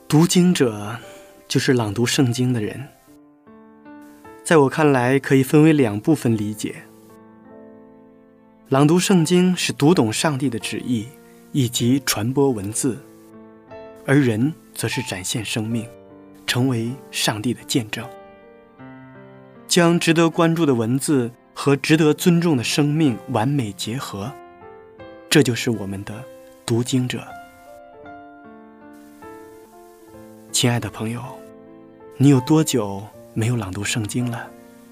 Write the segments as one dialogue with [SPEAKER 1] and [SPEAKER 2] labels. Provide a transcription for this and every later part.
[SPEAKER 1] 读经者就是朗读圣经的人。在我看来，可以分为2部分理解。朗读圣经是读懂上帝的旨意以及传播文字，而人则是展现生命，成为上帝的见证，将值得关注的文字和值得尊重的生命完美结合，这就是我们的读经者。亲爱的朋友，你有多久没有朗读圣经了？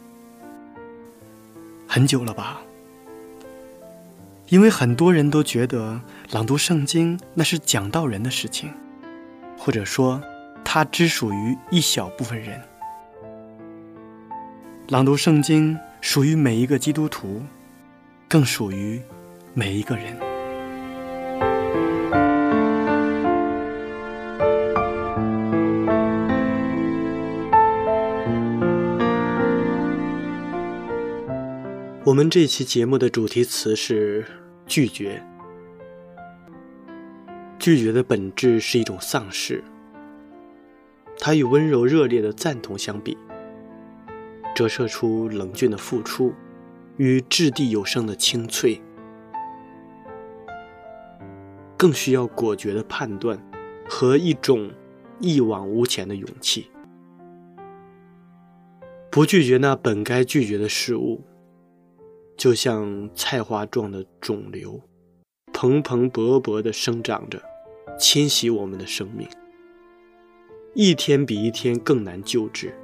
[SPEAKER 1] 很久了吧？因为很多人都觉得朗读圣经那是讲道人的事情，或者说它只属于一小部分人。朗读圣经属于每一个基督徒，更属于每一个人。我们这期节目的主题词是拒绝。拒绝的本质是一种丧失，它与温柔热烈的赞同相比，折射出冷峻的付出与掷地有声的清脆，更需要果决的判断和一种一往无前的勇气。不拒绝那本该拒绝的事物，就像菜花状的肿瘤，蓬蓬勃勃地生长着，侵袭我们的生命，一天比一天更难救治。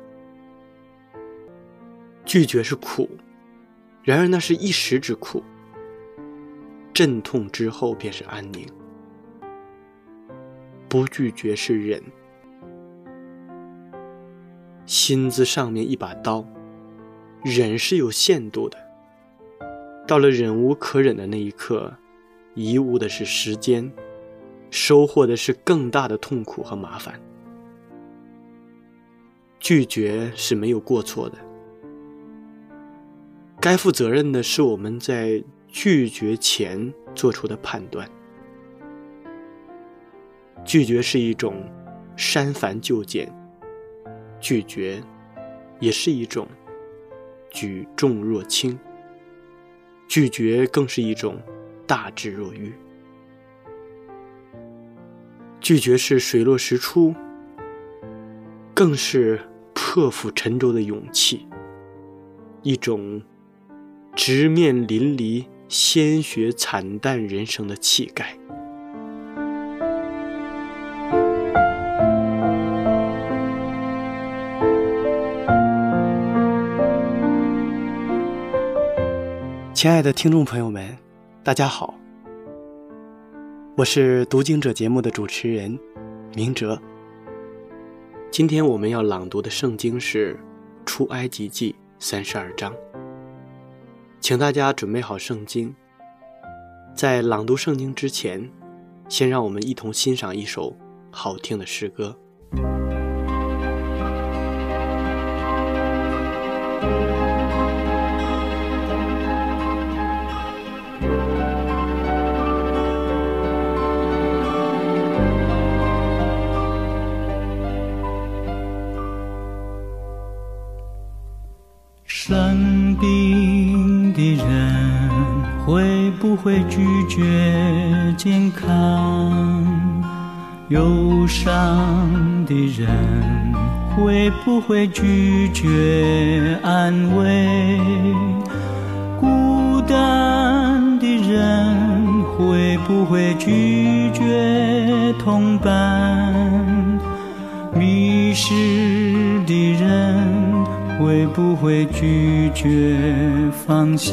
[SPEAKER 1] 拒绝是苦，然而那是一时之苦，阵痛之后便是安宁。不拒绝是忍，心字上面一把刀，忍是有限度的，到了忍无可忍的那一刻，贻误的是时间，收获的是更大的痛苦和麻烦。拒绝是没有过错的，该负责任的是我们在拒绝前做出的判断。拒绝是一种删繁就简，拒绝也是一种举重若轻，拒绝更是一种大智若愚。拒绝是水落石出，更是破釜沉舟的勇气，一种直面淋漓鲜血惨淡人生的气概。亲爱的听众朋友们，大家好，我是读经者节目的主持人明哲。今天我们要朗读的圣经是出埃及记32章，请大家准备好圣经。在朗读圣经之前，先让我们一同欣赏一首好听的诗歌。
[SPEAKER 2] 生病的人会不会拒绝健康？忧伤的人会不会拒绝安慰？孤单的人会不会拒绝同伴？迷失的人会不会拒绝方向？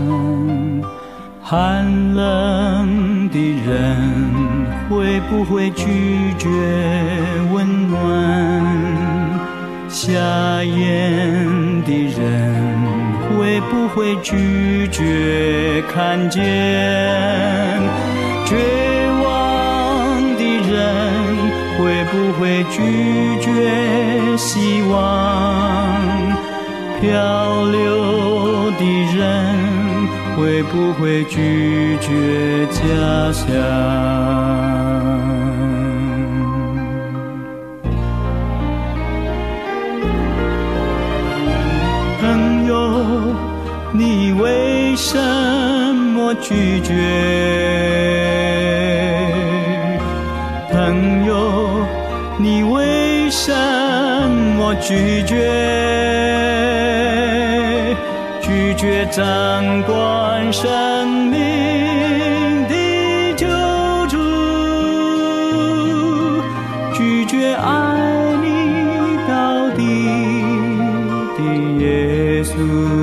[SPEAKER 2] 寒冷的人会不会拒绝温暖？瞎眼的人会不会拒绝看见？绝望的人会不会拒绝希望？漂流的人会不会拒绝家乡？ 什么拒绝？朋友，你为什么拒绝？拒绝掌管生命的救主，拒绝爱你到底的耶稣。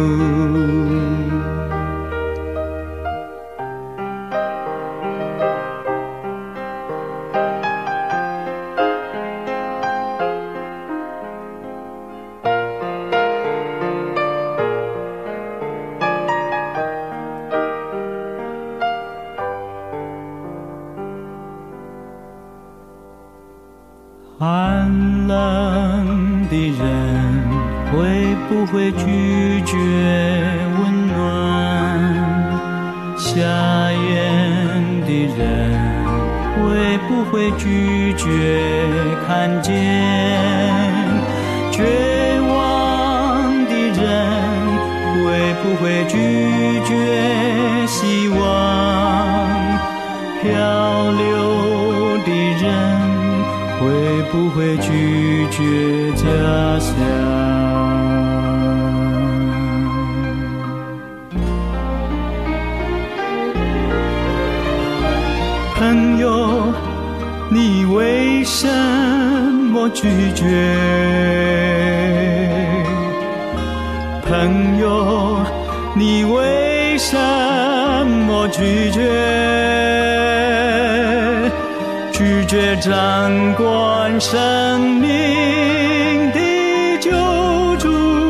[SPEAKER 2] 寒冷的人会不会拒绝温暖？瞎眼的人会不会拒绝看见？绝望的人会不会拒绝希望？漂流的人会不会拒绝家乡？朋友，你为什么拒绝？朋友，你为什么拒绝？拒绝掌管生命的救主，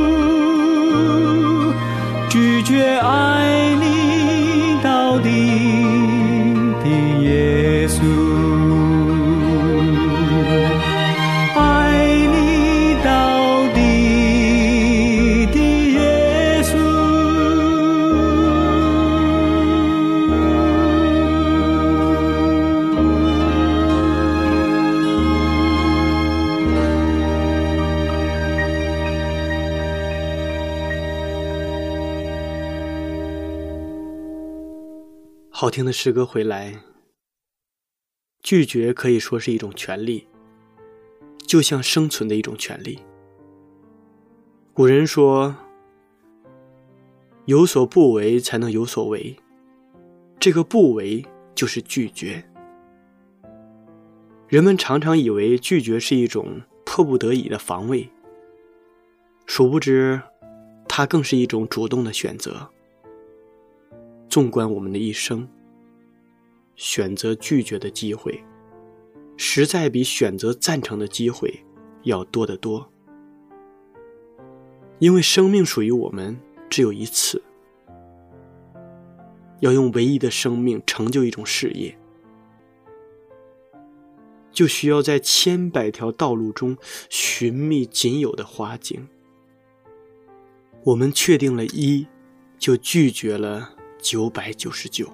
[SPEAKER 2] 拒绝爱你到底的耶稣，爱你到底的耶稣。
[SPEAKER 1] 好听的诗歌回来，拒绝可以说是一种权利，就像生存的一种权利。古人说，有所不为才能有所为，这个不为就是拒绝。人们常常以为拒绝是一种迫不得已的防卫，殊不知它更是一种主动的选择。纵观我们的一生，选择拒绝的机会实在比选择赞成的机会要多得多。因为生命属于我们只有一次，要用唯一的生命成就一种事业，就需要在千百条道路中寻觅仅有的花景。我们确定了一，就拒绝了999。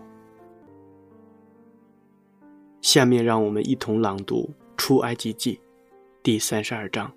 [SPEAKER 1] 下面让我们一同朗读出埃及记第32章。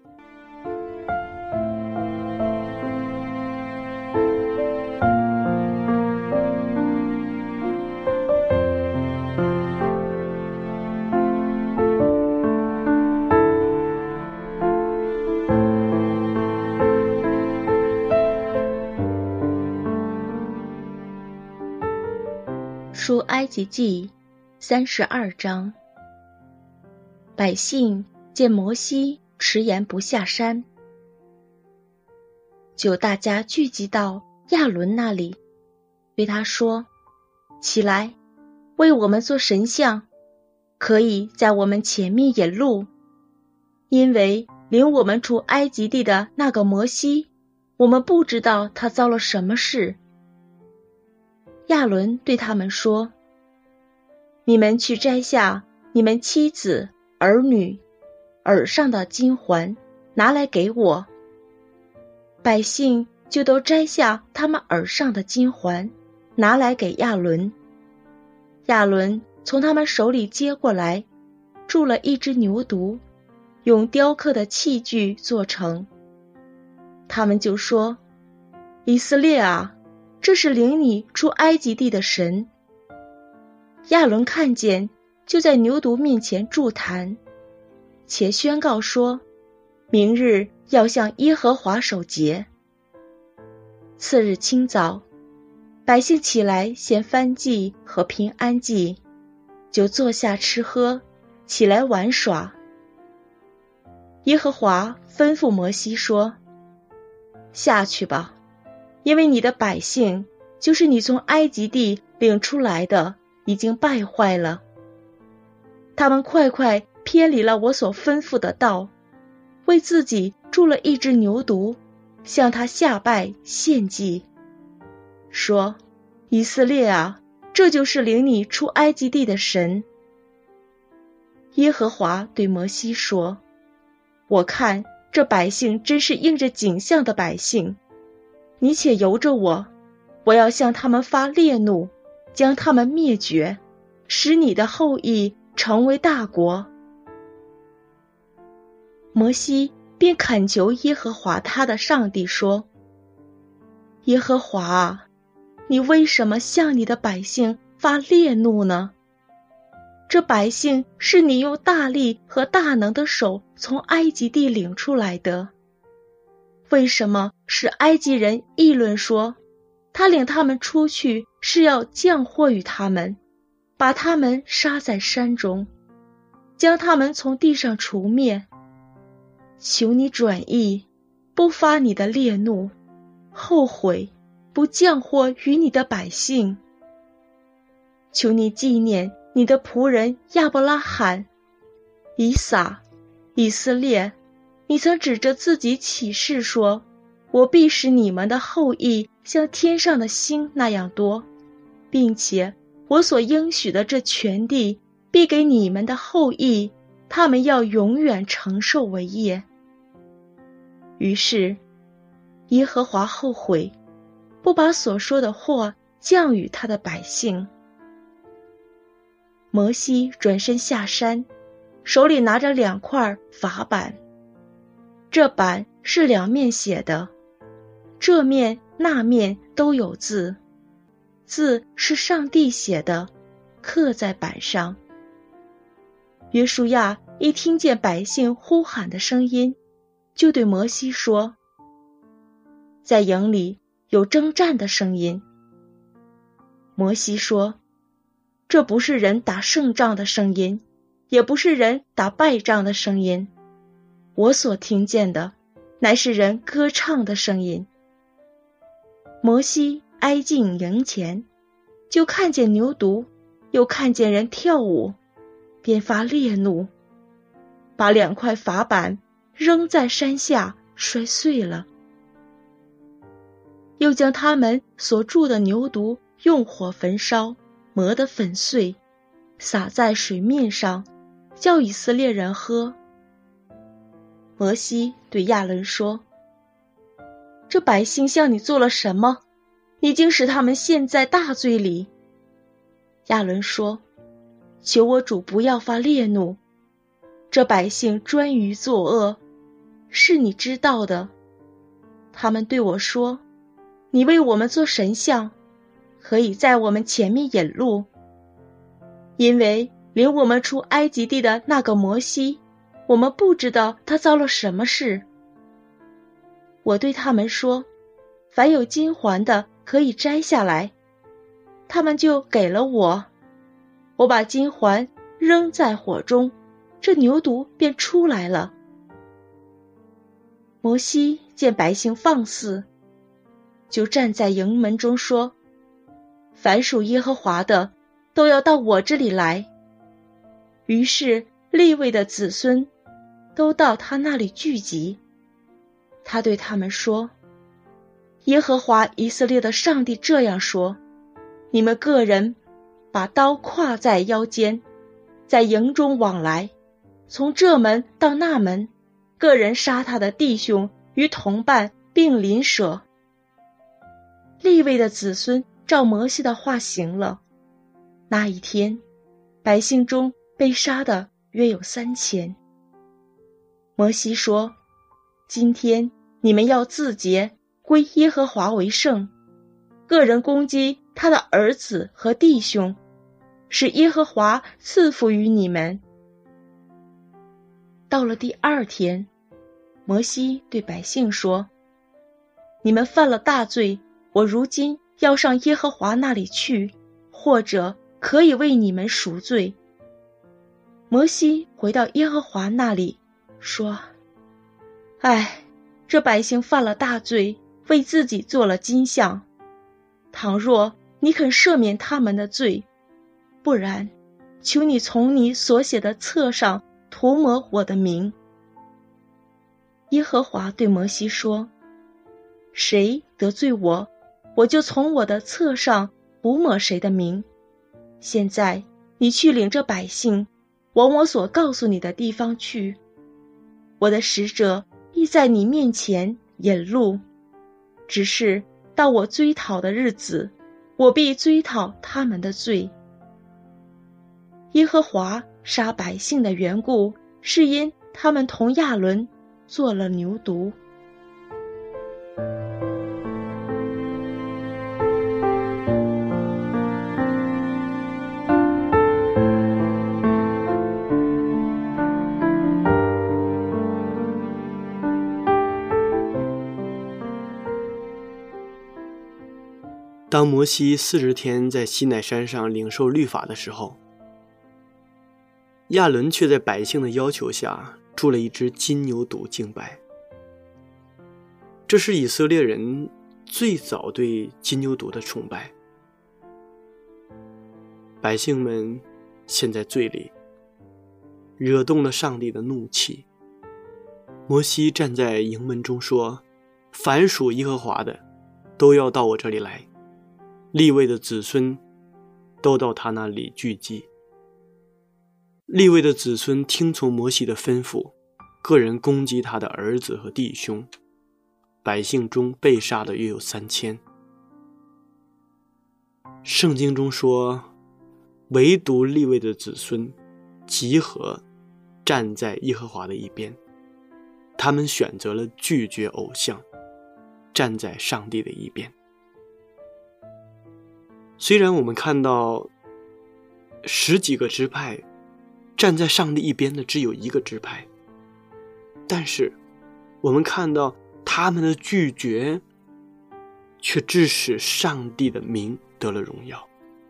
[SPEAKER 3] 出埃及记32章。百姓见摩西迟延不下山，就大家聚集到亚伦那里，对他说：起来，为我们做神像，可以在我们前面引路，因为领我们出埃及地的那个摩西，我们不知道他遭了什么事。亚伦对他们说：你们去摘下你们妻子儿女耳上的金环，拿来给我。百姓就都摘下他们耳上的金环，拿来给亚伦。亚伦从他们手里接过来，铸了一只牛犊，用雕刻的器具做成。他们就说：以色列啊， 这是领你出埃及地的神。亚伦看见，就在牛犊面前筑坛，且宣告说，明日要向耶和华守节。次日清早，百姓起来献燔祭和平安祭，就坐下吃喝，起来玩耍。耶和华吩咐摩西说，下去吧，因为你的百姓，就是你从埃及地领出来的，已经败坏了。他们快快偏离了我所吩咐的道，为自己铸了一只牛犊，向他下拜献祭，说，以色列啊，这就是领你出埃及地的神。耶和华对摩西说，我看这百姓真是应着景象的百姓，你且由着我，我要向他们发烈怒，将他们灭绝，使你的后裔成为大国。摩西便恳求耶和华他的上帝说，耶和华啊，你为什么向你的百姓发烈怒呢？这百姓是你用大力和大能的手从埃及地领出来的，为什么使埃及人议论说，他领他们出去是要降祸于他们，把他们杀在山中，将他们从地上除灭？求你转意，不发你的烈怒，后悔，不降祸于你的百姓。求你纪念你的仆人亚伯拉罕、以撒、以色列，你曾指着自己起誓说，我必使你们的后裔像天上的星那样多，并且我所应许的这全地必给你们的后裔，他们要永远承受为业。于是耶和华后悔，不把所说的祸降与他的百姓。摩西转身下山，手里拿着2块法板，这板是2面写的，这面那面都有字，字是上帝写的，刻在板上。约书亚一听见百姓呼喊的声音，就对摩西说，在营里有征战的声音。摩西说，这不是人打胜仗的声音，也不是人打败仗的声音，我所听见的乃是人歌唱的声音。摩西挨近营前，就看见牛犊，又看见人跳舞，便发烈怒，把2块法板扔在山下，摔碎了。又将他们所铸的牛犊用火焚烧，磨得粉碎，洒在水面上，叫以色列人喝。摩西对亚伦说，这百姓向你做了什么？已经使他们陷在大罪里。亚伦说，求我主不要发烈怒，这百姓专于作恶，是你知道的。他们对我说，你为我们做神像，可以在我们前面引路，因为领我们出埃及地的那个摩西，我们不知道他遭了什么事。我对他们说，凡有金环的可以摘下来，他们就给了我。我把金环扔在火中，这牛犊便出来了。摩西见百姓放肆，就站在营门中说，凡属耶和华的，都要到我这里来。于是利未的子孙都到他那里聚集。他对他们说，耶和华以色列的上帝这样说，你们个人把刀挎在腰间，在营中往来，从这门到那门，个人杀他的弟兄与同伴并邻舍。利未的子孙照摩西的话行了。那一天，百姓中被杀的约有3000。摩西说，今天你们要自洁，归耶和华为圣， 个人攻击他的儿子和弟兄，使耶和华赐福于你们。到了第二天，摩西对百姓说：你们犯了大罪，我如今要上耶和华那里去，或者可以为你们赎罪。摩西回到耶和华那里，说：唉，这百姓犯了大罪，为自己做了金像。倘若你肯赦免他们的罪，不然，求你从你所写的册上涂抹我的名。耶和华对摩西说：谁得罪我，我就从我的册上涂抹谁的名。现在你去领着百姓往我所告诉你的地方去，我的使者必在你面前引路，只是到我追讨的日子，我必追讨他们的罪。耶和华杀百姓的缘故，是因他们同亚伦做了牛犊。
[SPEAKER 1] 当摩西40天在西乃山上领受律法的时候，亚伦却在百姓的要求下铸了一只金牛犊敬拜。这是以色列人最早对金牛犊的崇拜。百姓们陷在罪里，惹动了上帝的怒气。摩西站在营门中说：凡属耶和华的都要到我这里来，利未的子孙都到他那里聚集。利未的子孙听从摩西的吩咐，个人攻击他的儿子和弟兄，百姓中被杀的约有3000。圣经中说，唯独利未的子孙集合站在耶和华的一边，他们选择了拒绝偶像，站在上帝的一边。虽然我们看到10几个支派站在上帝一边的只有1个支派，但是我们看到他们的拒绝却致使上帝的名得了荣耀。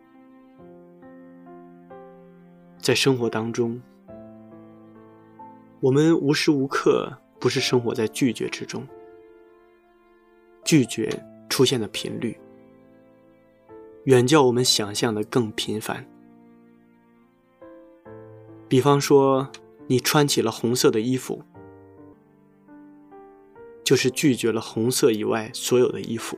[SPEAKER 1] 在生活当中，我们无时无刻不是生活在拒绝之中，拒绝出现的频率远较我们想象的更频繁。比方说，你穿起了红色的衣服，就是拒绝了红色以外所有的衣服。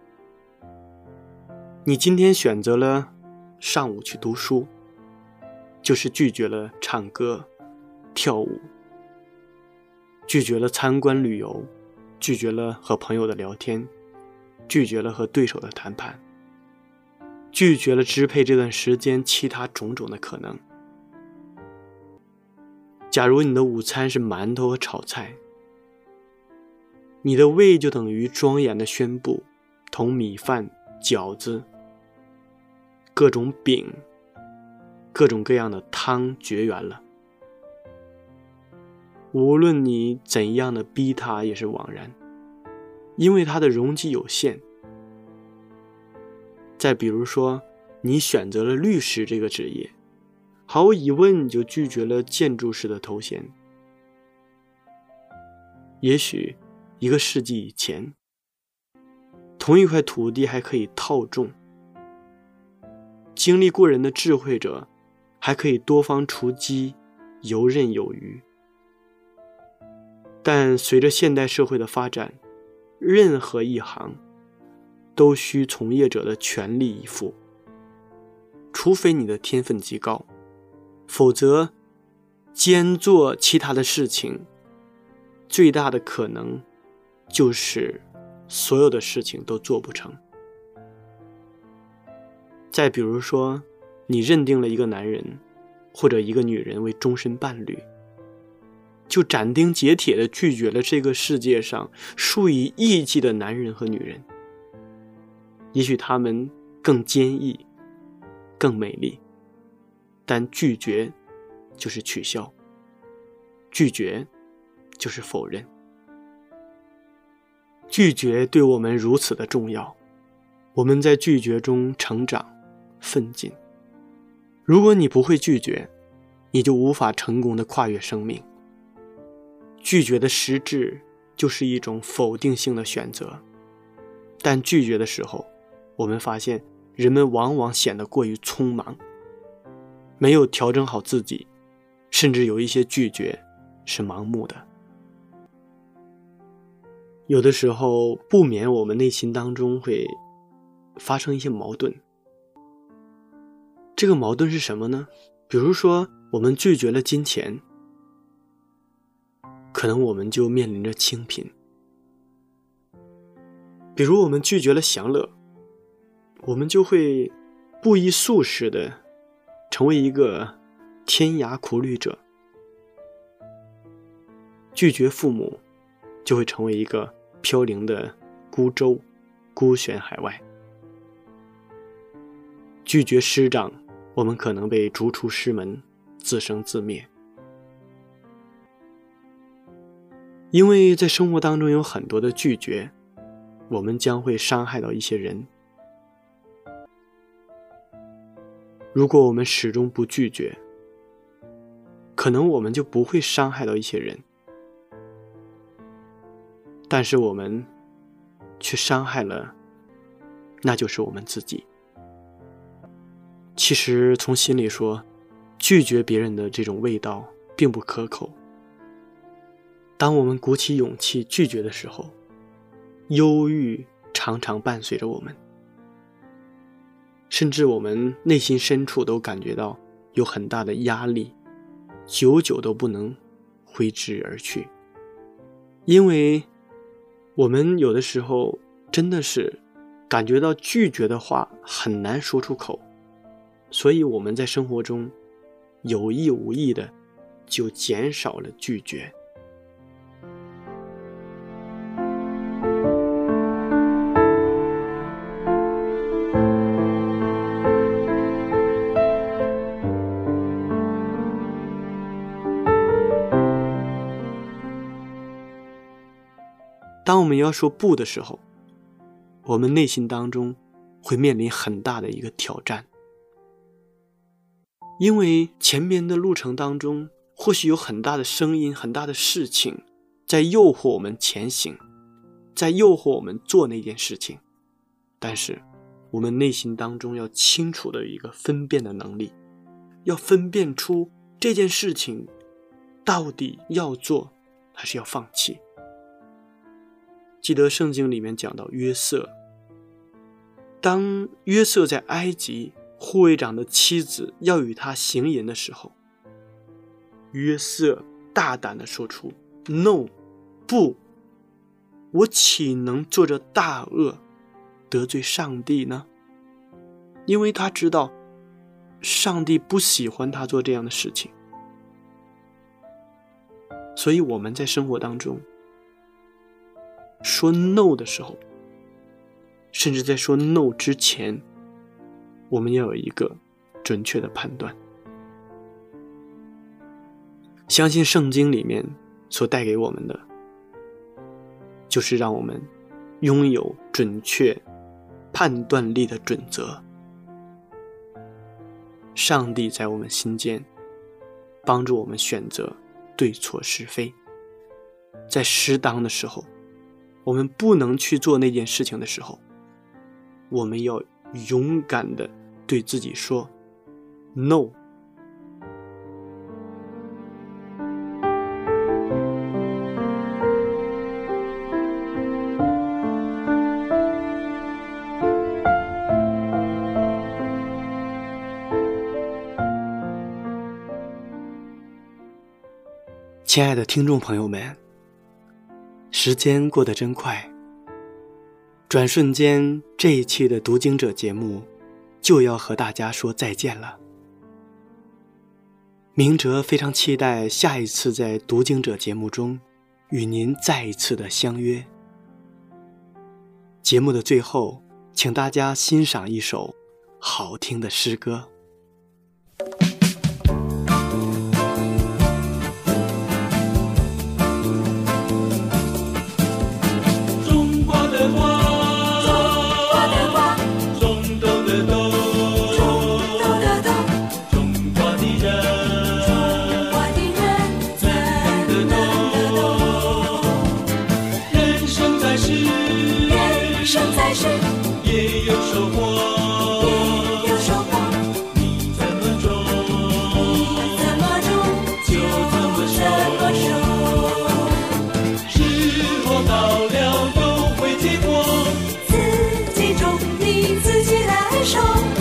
[SPEAKER 1] 你今天选择了上午去读书，就是拒绝了唱歌、跳舞，拒绝了参观旅游，拒绝了和朋友的聊天，拒绝了和对手的谈判，拒绝了支配这段时间其他种种的可能。假如你的午餐是馒头和炒菜，你的胃就等于庄严的宣布，同米饭、饺子、各种饼、各种各样的汤绝缘了。无论你怎样的逼它也是枉然，因为它的容积有限。再比如说，你选择了律师这个职业，毫无疑问你就拒绝了建筑师的头衔。也许1个世纪以前，同一块土地还可以套种，经历过人的智慧者还可以多方出击，游刃有余。但随着现代社会的发展，任何一行都需从业者的全力以赴，除非你的天分极高，否则兼做其他的事情，最大的可能就是所有的事情都做不成。再比如说，你认定了一个男人或者一个女人为终身伴侣，就斩钉截铁地拒绝了这个世界上数以亿计的男人和女人， 也许它们更坚毅，更美丽，但拒绝就是取消，拒绝就是否认。拒绝对我们如此的重要，我们在拒绝中成长奋进。如果你不会拒绝，你就无法成功的跨越生命。拒绝的实质就是一种否定性的选择，但拒绝的时候，我们发现人们往往显得过于匆忙，没有调整好自己，甚至有一些拒绝是盲目的。有的时候不免我们内心当中会发生一些矛盾。这个矛盾是什么呢？比如说我们拒绝了金钱，可能我们就面临着清贫。比如我们拒绝了享乐，我们就会不依宿世的成为一个天涯苦旅者。拒绝父母，就会成为一个飘零的孤舟，孤悬海外。拒绝师长，我们可能被逐出师门，自生自灭。因为在生活当中有很多的拒绝，我们将会伤害到一些人。如果我们始终不拒绝，可能我们就不会伤害到一些人，但是我们却伤害了，那就是我们自己。其实从心里说，拒绝别人的这种味道并不可口。当我们鼓起勇气拒绝的时候，忧郁常常伴随着我们，甚至我们内心深处都感觉到有很大的压力，久久都不能挥之而去。因为我们有的时候真的是感觉到拒绝的话很难说出口，所以我们在生活中有意无意的就减少了拒绝。当我们要说不的时候，我们内心当中会面临很大的一个挑战。因为前面的路程当中，或许有很大的声音，很大的事情在诱惑我们前行，在诱惑我们做那件事情。但是我们内心当中要清楚的一个分辨的能力，要分辨出这件事情到底要做还是要放弃。记得圣经里面讲到约瑟，当约瑟在埃及护卫长的妻子要与他行淫的时候，约瑟大胆地说出 No， 不，我岂能做这大恶得罪上帝呢？因为他知道上帝不喜欢他做这样的事情。所以我们在生活当中说 no 的时候，甚至在说 no 之前，我们要有一个准确的判断。相信圣经里面所带给我们的，就是让我们拥有准确判断力的准则。上帝在我们心间帮助我们选择对错是非，在适当的时候，我们不能去做那件事情的时候，我们要勇敢地对自己说 no。 亲爱的听众朋友们，时间过得真快，转瞬间这一期的读经者节目就要和大家说再见了。明哲非常期待下一次在读经者节目中与您再一次的相约。节目的最后， 请大家欣赏一首好听的诗歌。
[SPEAKER 2] 中国的花，中东的豆，中国的人，怎能得懂？人生在世，也有收获。你怎么种，就怎么收。时候到了都会结果，
[SPEAKER 4] 自己种地自己来收。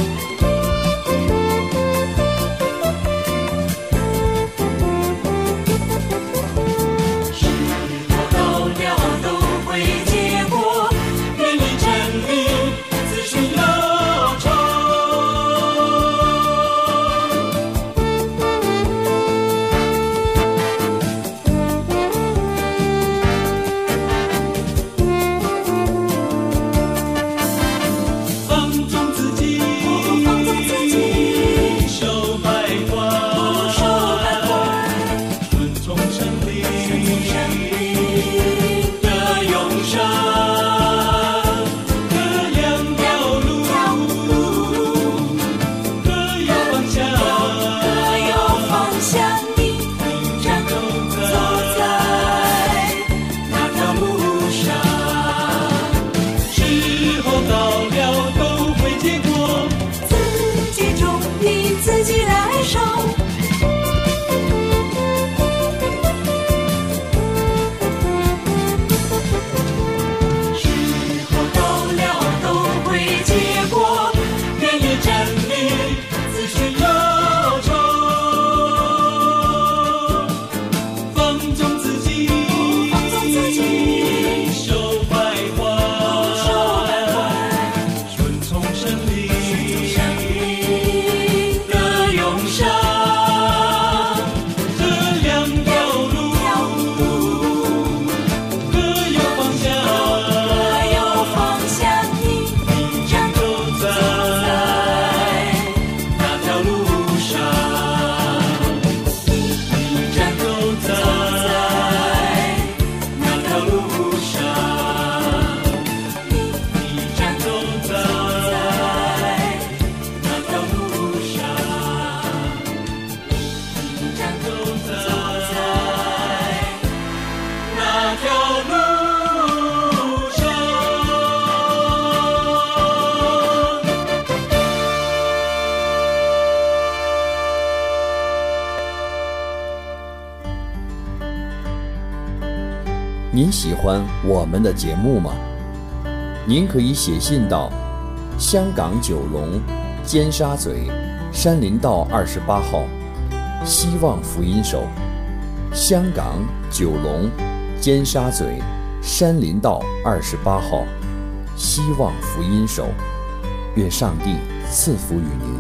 [SPEAKER 2] 时候到了都会结果，面对真理自寻忧愁。放纵自己，守百官，顺从神灵的永生，各两条路，各有方向，
[SPEAKER 4] 你正走在
[SPEAKER 2] 那条路上。时候到了都会结果，
[SPEAKER 4] 自己种地自己来收。
[SPEAKER 2] 时候到了都会结果，面对真理自寻忧愁。放纵自己，守百官，顺从神灵的永生，这两条路，各有方向，你正走在那条路上，你正走在那条路上，你正走在那条路上，你正走在那条路上。
[SPEAKER 5] 您喜欢我们的节目吗？您可以写信到香港九龙尖沙咀山林道28号，希望福音手。香港九龙尖沙咀山林道28号，希望福音手。愿上帝赐福于您。